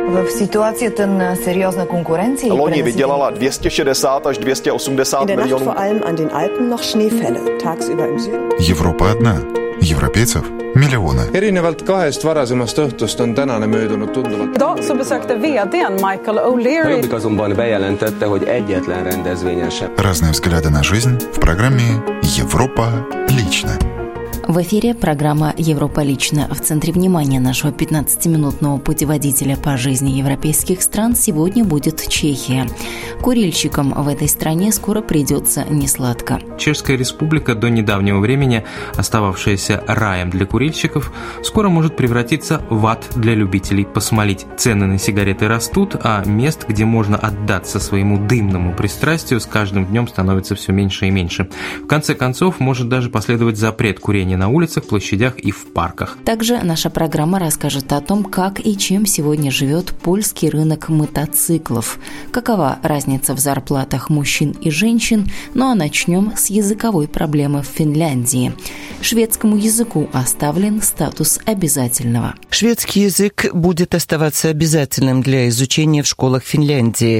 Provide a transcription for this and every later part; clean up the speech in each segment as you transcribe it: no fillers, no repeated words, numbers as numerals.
V situaci ten seriózna konkurenci. Loni vydělala 260 až 280 milionů. In der Nacht vor allem an den Alpen noch Schneefälle. Tagsüber im Süden. Европа одна. Европейцев миллионы. Erinevalt kahest varasemast õhtust on tänane möödunud tunduvalt. Idag så besökte VD:n Michael O'Leary. Jobbik azonban bejelentette, hogy egyetlen rendezvényen sem. Разные взгляды на жизнь в программе «Европа лично». В эфире программа «Европа лично». В центре внимания нашего 15-минутного путеводителя по жизни европейских стран сегодня будет Чехия. Курильщикам в этой стране скоро придется несладко. Чешская республика, до недавнего времени остававшаяся раем для курильщиков, скоро может превратиться в ад для любителей посмолить. Цены на сигареты растут, а мест, где можно отдаться своему дымному пристрастию, с каждым днем становится все меньше и меньше. В конце концов, может даже последовать запрет курения на улицах, площадях и в парках. Также наша программа расскажет о том, как и чем сегодня живет польский рынок мотоциклов. Какова разница в зарплатах мужчин и женщин? Ну а начнем с языковой проблемы в Финляндии. Шведскому языку оставлен статус обязательного. Шведский язык будет оставаться обязательным для изучения в школах Финляндии.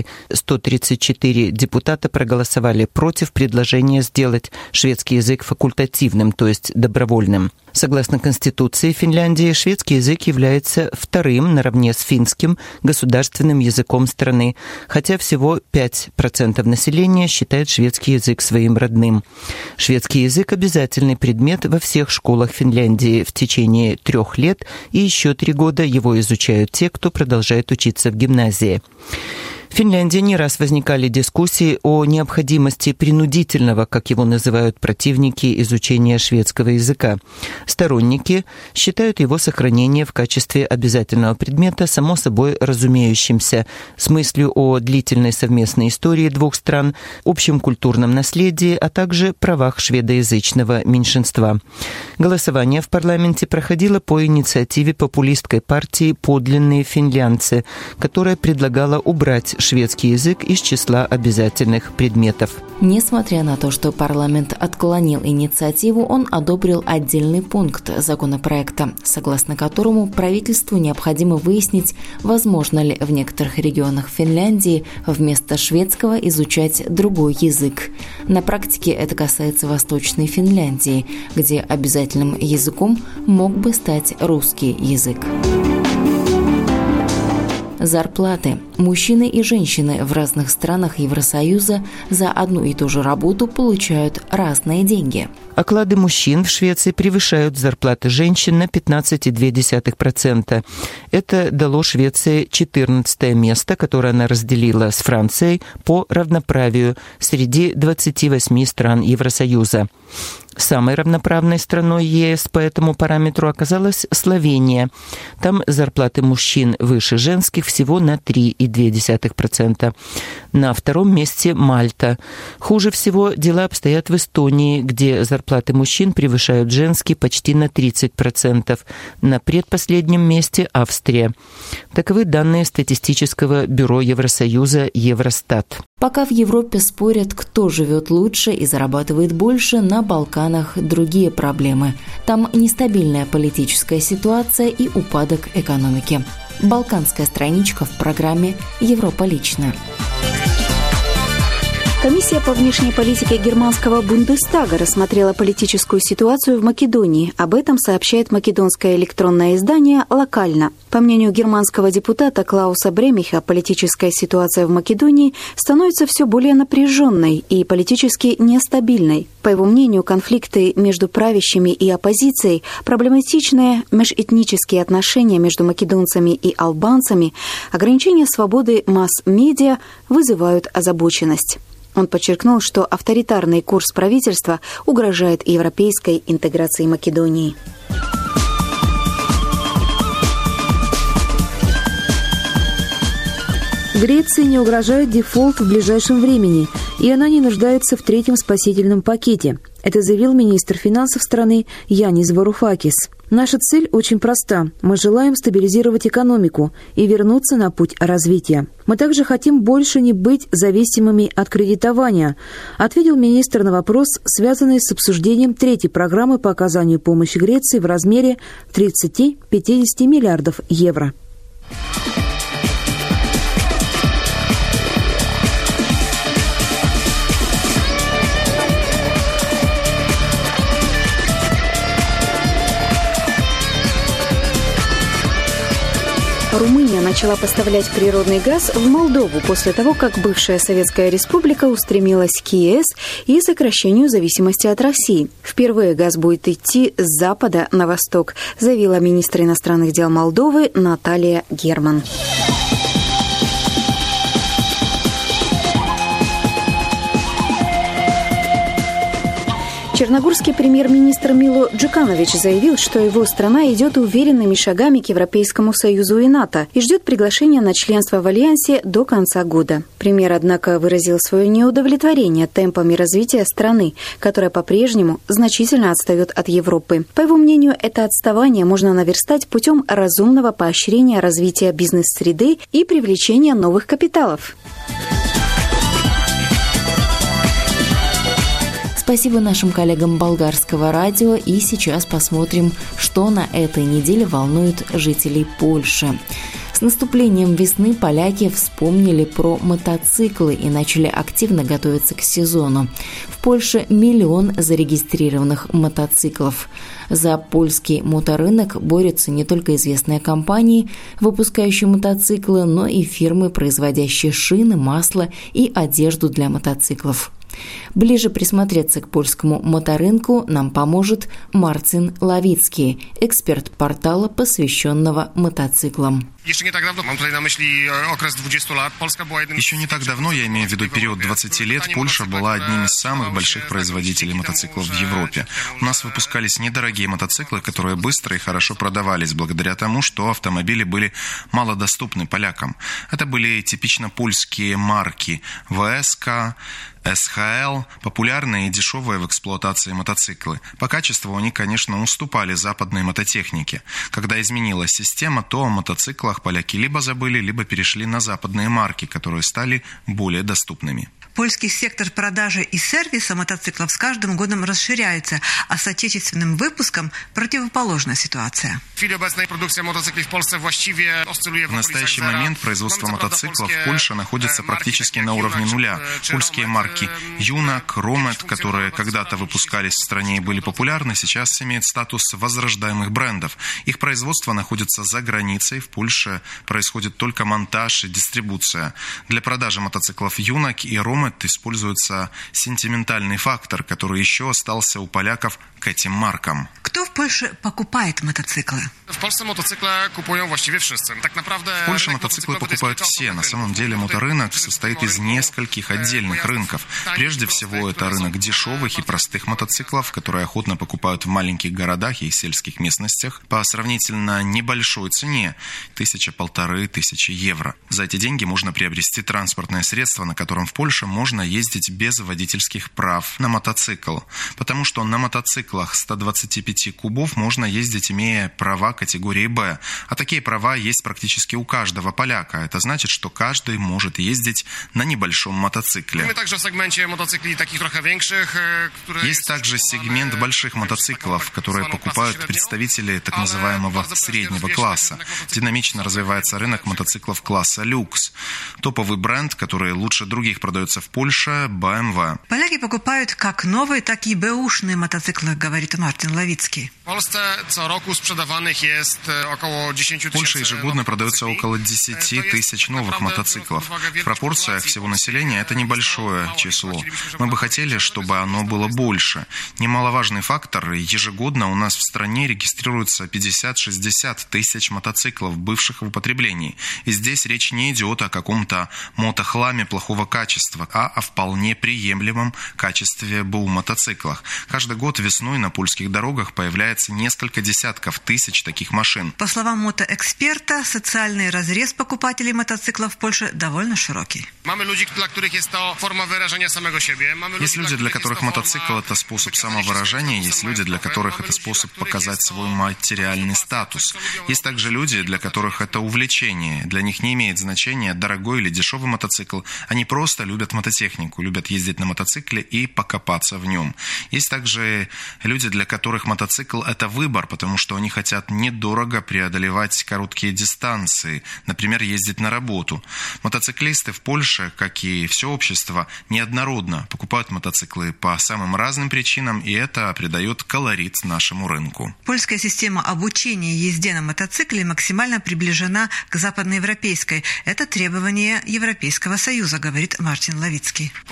134 депутата проголосовали против предложения сделать шведский язык факультативным, то есть добровольным. Согласно Конституции Финляндии, шведский язык является вторым наравне с финским государственным языком страны, хотя всего 5% населения считает шведский язык своим родным. Шведский язык – обязательный предмет во всех школах Финляндии в течение 3 лет, и еще 3 года его изучают те, кто продолжает учиться в гимназии. В Финляндии не раз возникали дискуссии о необходимости принудительного, как его называют противники, изучения шведского языка. Сторонники считают его сохранение в качестве обязательного предмета само собой разумеющимся, с мыслью о длительной совместной истории двух стран, общем культурном наследии, а также правах шведоязычного меньшинства. Голосование в парламенте проходило по инициативе популистской партии «Подлинные финлянцы», которая предлагала убрать шведский язык из числа обязательных предметов. Несмотря на то, что парламент отклонил инициативу, он одобрил отдельный пункт законопроекта, согласно которому правительству необходимо выяснить, возможно ли в некоторых регионах Финляндии вместо шведского изучать другой язык. На практике это касается Восточной Финляндии, где обязательным языком мог бы стать русский язык. Зарплаты. Мужчины и женщины в разных странах Евросоюза за одну и ту же работу получают разные деньги. Оклады мужчин в Швеции превышают зарплаты женщин на 15,2%. Это дало Швеции 14 место, которое она разделила с Францией по равноправию среди 28 стран Евросоюза. Самой равноправной страной ЕС по этому параметру оказалась Словения. Там зарплаты мужчин выше женских всего на 3,2%. На втором месте Мальта. Хуже всего дела обстоят в Эстонии, где зарплаты мужчин превышают женские почти на 30%. На предпоследнем месте Австрия. Таковы данные статистического бюро Евросоюза Евростат. Пока в Европе спорят, кто живет лучше и зарабатывает больше, на Балканах другие проблемы. Там нестабильная политическая ситуация и упадок экономики. Балканская страничка в программе «Европа лично». Комиссия по внешней политике германского Бундестага рассмотрела политическую ситуацию в Македонии. Об этом сообщает македонское электронное издание «Локально». По мнению германского депутата Клауса Бремиха, политическая ситуация в Македонии становится все более напряженной и политически нестабильной. По его мнению, конфликты между правящими и оппозицией, проблематичные межэтнические отношения между македонцами и албанцами, ограничение свободы масс-медиа вызывают озабоченность. Он подчеркнул, что авторитарный курс правительства угрожает европейской интеграции Македонии. Греции не угрожает дефолт в ближайшем времени, и она не нуждается в третьем спасительном пакете. Это заявил министр финансов страны Янис Варуфакис. Наша цель очень проста. Мы желаем стабилизировать экономику и вернуться на путь развития. Мы также хотим больше не быть зависимыми от кредитования, ответил министр на вопрос, связанный с обсуждением третьей программы по оказанию помощи Греции в размере 30-50 миллиардов евро. Румыния начала поставлять природный газ в Молдову после того, как бывшая Советская Республика устремилась к ЕС и сокращению зависимости от России. Впервые газ будет идти с запада на восток, заявила министр иностранных дел Молдовы Наталья Герман. Черногорский премьер-министр Мило Джуканович заявил, что его страна идет уверенными шагами к Европейскому Союзу и НАТО и ждет приглашения на членство в Альянсе до конца года. Премьер, однако, выразил свое неудовлетворение темпами развития страны, которая по-прежнему значительно отстает от Европы. По его мнению, это отставание можно наверстать путем разумного поощрения развития бизнес-среды и привлечения новых капиталов. Спасибо нашим коллегам болгарского радио. И сейчас посмотрим, что на этой неделе волнует жителей Польши. С наступлением весны поляки вспомнили про мотоциклы и начали активно готовиться к сезону. В Польше 1 миллион зарегистрированных мотоциклов. За польский моторынок борются не только известные компании, выпускающие мотоциклы, но и фирмы, производящие шины, масло и одежду для мотоциклов. Ближе присмотреться к польскому моторынку нам поможет Марцин Лавицкий, эксперт портала, посвященного мотоциклам. Еще не так давно, я имею в виду период 20 лет, Польша была одним из самых больших производителей мотоциклов в Европе. У нас выпускались недорогие мотоциклы, которые быстро и хорошо продавались, благодаря тому, что автомобили были малодоступны полякам. Это были типично польские марки ВСК, СХЛ, популярные и дешевые в эксплуатации мотоциклы. По качеству они, конечно, уступали западной мототехнике. Когда изменилась система, то о мотоциклах поляки либо забыли, либо перешли на западные марки, которые стали более доступными. Польский сектор продажи и сервиса мотоциклов с каждым годом расширяется, а с отечественным выпуском противоположная ситуация. В настоящий момент производство мотоциклов в Польше находится практически на уровне нуля. Польские марки Юнак, Ромет, которые когда-то выпускались в стране и были популярны, сейчас имеют статус возрождаемых брендов. Их производство находится за границей, в Польше происходит только монтаж и дистрибуция. Для продажи мотоциклов Юнак и Ромет используется сентиментальный фактор, который еще остался у поляков к этим маркам. Кто в Польше покупает мотоциклы? В Польше мотоциклы покупают все. На самом деле моторынок состоит из нескольких отдельных рынков. Прежде всего, это рынок дешевых и простых мотоциклов, которые охотно покупают в маленьких городах и сельских местностях по сравнительно небольшой цене – 1000–1500 евро. За эти деньги можно приобрести транспортное средство, на котором в Польше можно ездить без водительских прав на мотоцикл, потому что на мотоциклах 125 кубов можно ездить, имея права категории «Б», а такие права есть практически у каждого поляка. Это значит, что каждый может ездить на небольшом мотоцикле. Есть также сегмент больших мотоциклов, которые покупают представители так называемого среднего класса. Динамично развивается рынок мотоциклов класса люкс. Топовый бренд, который лучше других продается в Польше, BMW. Поляки покупают как новые, так и бэушные мотоциклы, говорит Марцин Лавицкий. В Польше ежегодно продается около 10 тысяч новых мотоциклов. В пропорциях всего населения это небольшое число. Мы бы хотели, чтобы оно было больше. Немаловажный фактор – ежегодно у нас в стране регистрируется 50–60 тысяч мотоциклов, бывших в употреблении. И здесь речь не идет о каком-то мотохламе плохого качества, а о вполне приемлемом качестве мотоциклах. Каждый год весной на польских дорогах появляется несколько десятков тысяч таких машин. По словам мотоэксперта, социальный разрез покупателей мотоциклов в Польше довольно широкий. Есть люди, для которых мотоцикл – это способ самовыражения, есть люди, для которых это способ показать свой материальный статус. Есть также люди, для которых это увлечение. Для них не имеет значения, дорогой или дешевый мотоцикл. Они просто любят мототехнику, любят ездить на мотоцикле и покопаться в нем. Есть также люди, для которых мотоцикл – это выбор, потому что они хотят недорого преодолевать короткие дистанции, например, ездить на работу. Мотоциклисты в Польше, как и все общество, неоднородно покупают мотоциклы по самым разным причинам, и это придает колорит нашему рынку. Польская система обучения езде на мотоцикле максимально приближена к западноевропейской. Это требование Европейского Союза, говорит Мартин Лавицкий. В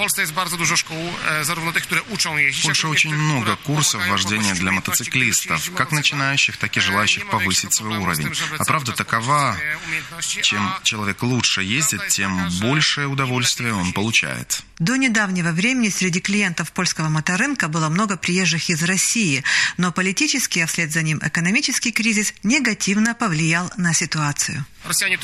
Польше очень много курсов вождения для мотоциклистов, как начинающих, так и желающих повысить свой уровень. А правда такова, чем человек лучше ездит, тем большее удовольствие он получает. До недавнего времени среди клиентов польского моторынка было много приезжих из России, но политический, а вслед за ним экономический кризис негативно повлиял на ситуацию. Россияне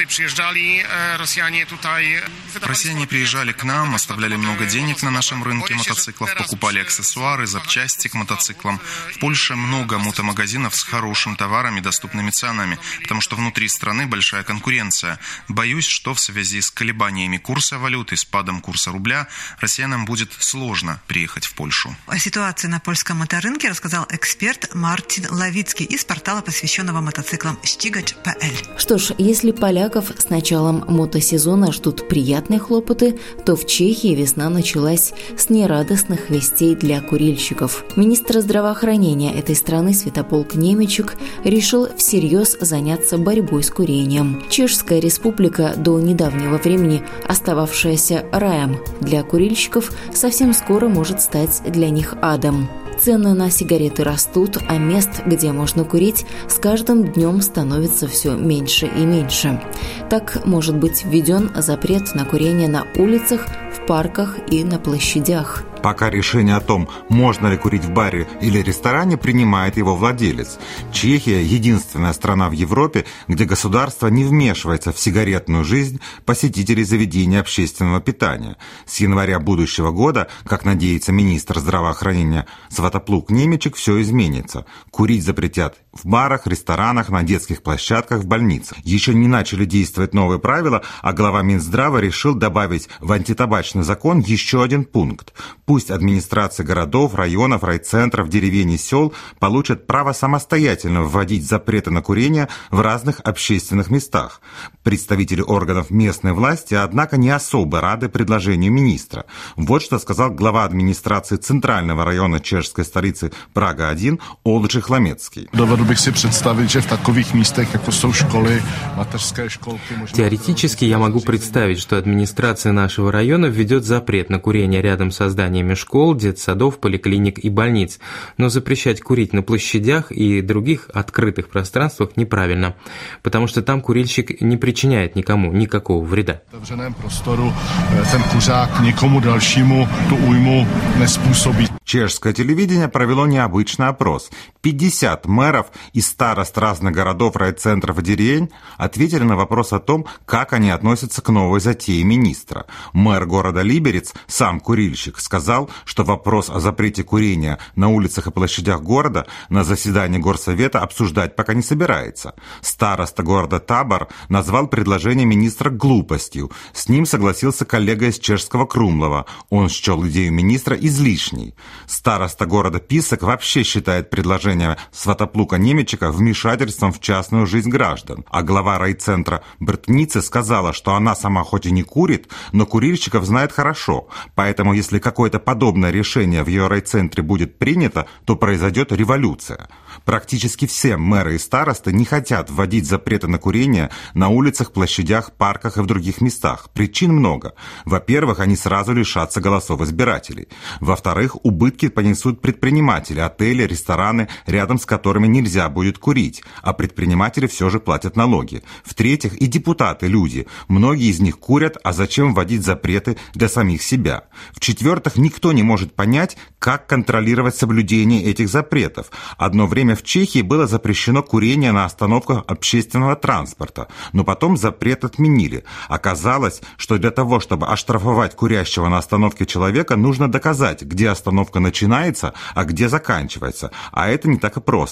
приезжали к нам, оставляли много денег на нашем рынке мотоциклов, покупали аксессуары, запчасти к мотоциклам. В Польше много мотомагазинов с хорошим товаром и доступными ценами, потому что внутри страны большая конкуренция. Боюсь, что в связи с колебаниями курса валюты, спадом курса рубля, россиянам будет сложно приехать в Польшу. О ситуации на польском моторынке рассказал эксперт Мартин Лавицкий из портала, посвященного мотоциклам Ścigacz.pl. Что ж, если поляков с началом мотосезона ждут приятные хлопоты, то в Чехии весна началась с нерадостных вестей для курильщиков. Министр здравоохранения этой страны Святополк Немечек решил всерьез заняться борьбой с курением. Чешская республика, до недавнего времени остававшаяся раем для курильщиков, совсем скоро может стать для них адом. Цены на сигареты растут, а мест, где можно курить, с каждым днем становится все меньше и меньше. Так может быть введен запрет на курение на улицах, в парках и на площадях. Пока решение о том, можно ли курить в баре или ресторане, принимает его владелец. Чехия – единственная страна в Европе, где государство не вмешивается в сигаретную жизнь посетителей заведений общественного питания. С января будущего года, как надеется министр здравоохранения Святополк Немечек, все изменится. Курить запретят в барах, ресторанах, на детских площадках, в больницах. Еще не начали действовать новые правила, а глава Минздрава решил добавить в антитабачный закон еще один пункт. Пусть администрации городов, районов, райцентров, деревень и сел получат право самостоятельно вводить запреты на курение в разных общественных местах. Представители органов местной власти, однако, не особо рады предложению министра. Вот что сказал глава администрации центрального района чешской столицы Прага-1 Олджих Ламецкий. Теоретически я могу представить, что администрация нашего района введет запрет на курение рядом со зданиями школ, детсадов, поликлиник и больниц, но запрещать курить на площадях и других открытых пространствах неправильно, потому что там курильщик не причиняет никому никакого вреда. Чешское телевидение провело необычный опрос. 50 мэров и старост разных городов, райцентров и деревень ответили на вопрос о том, как они относятся к новой затее министра. Мэр города Либерец, сам курильщик, сказал, что вопрос о запрете курения на улицах и площадях города на заседании горсовета обсуждать пока не собирается. Староста города Табор назвал предложение министра глупостью. С ним согласился коллега из чешского Крумлова. Он счел идею министра излишней. Староста города Писок вообще считает предложение Святополка Немечека вмешательством в частную жизнь граждан. А глава райцентра Бртницы сказала, что она сама хоть и не курит, но курильщиков знает хорошо. Поэтому если какое-то подобное решение в ее райцентре будет принято, то произойдет революция. Практически все мэры и старосты не хотят вводить запреты на курение на улицах, площадях, парках и в других местах. Причин много. Во-первых, они сразу лишатся голосов избирателей. Во-вторых, убытки понесут предприниматели, отели, рестораны, рядом с которыми нельзя будет курить, а предприниматели все же платят налоги. В-третьих, и депутаты люди. Многие из них курят, а зачем вводить запреты для самих себя? В-четвертых, никто не может понять, как контролировать соблюдение этих запретов. Одно время в Чехии было запрещено курение на остановках общественного транспорта, но потом запрет отменили. Оказалось, что для того, чтобы оштрафовать курящего на остановке человека, нужно доказать, где остановка начинается, а где заканчивается. А это не так и просто.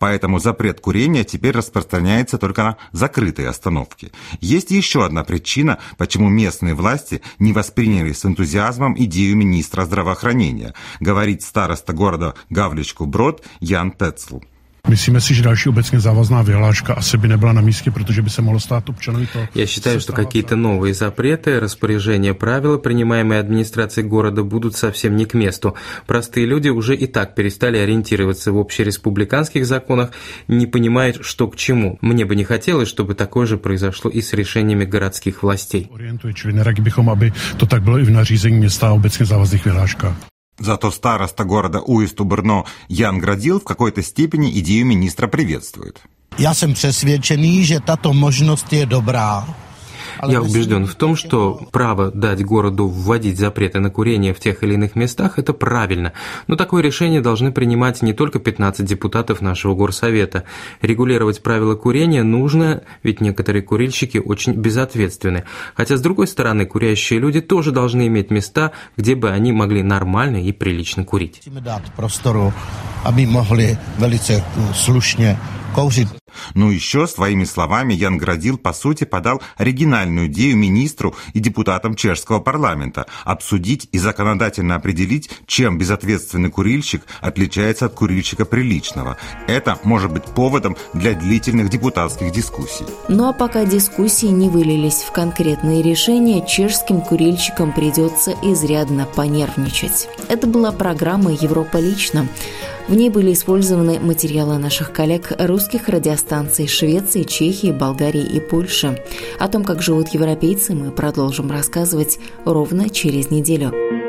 Поэтому запрет курения теперь распространяется только на закрытые остановки. Есть еще одна причина, почему местные власти не восприняли с энтузиазмом идею министра здравоохранения, говорит староста города Gavličkův-Brod Jan Tecl. Myslíme si, že další obecně závazná vyhláška asi by nebyla na místě, protože by se mohlo stát občanovi to. Я считаю, что какие-то новые запреты, распоряжения, правила, принимаемые администрацией города, будут совсем не к месту. Простые люди уже и так перестали ориентироваться в общереспубликанских законах, не понимают, что к чему. Мне бы не хотелось, чтобы такое же произошло и с решениями городских властей. Čili neradi bychom, aby to tak bylo i v nařízení města a obecně závazných vyhláškách. Зато староста города Уисту-Брно Ян Градил в какой-то степени идею министра приветствует. Я jsem přesvědčený, že tato možnost je dobrá. Я убежден в том, что право дать городу вводить запреты на курение в тех или иных местах – это правильно. Но такое решение должны принимать не только 15 депутатов нашего горсовета. Регулировать правила курения нужно, ведь некоторые курильщики очень безответственны. Хотя, с другой стороны, курящие люди тоже должны иметь места, где бы они могли нормально и прилично курить. Aby mohli velice slušně kouřit. Ну еще, своими словами, Ян Градил, по сути, подал оригинальную идею министру и депутатам чешского парламента обсудить и законодательно определить, чем безответственный курильщик отличается от курильщика приличного. Это может быть поводом для длительных депутатских дискуссий. Ну а пока дискуссии не вылились в конкретные решения, чешским курильщикам придется изрядно понервничать. Это была программа «Европа лично». В ней были использованы материалы наших коллег русских радиостанций Швеции, Чехии, Болгарии и Польши. О том, как живут европейцы, мы продолжим рассказывать ровно через неделю.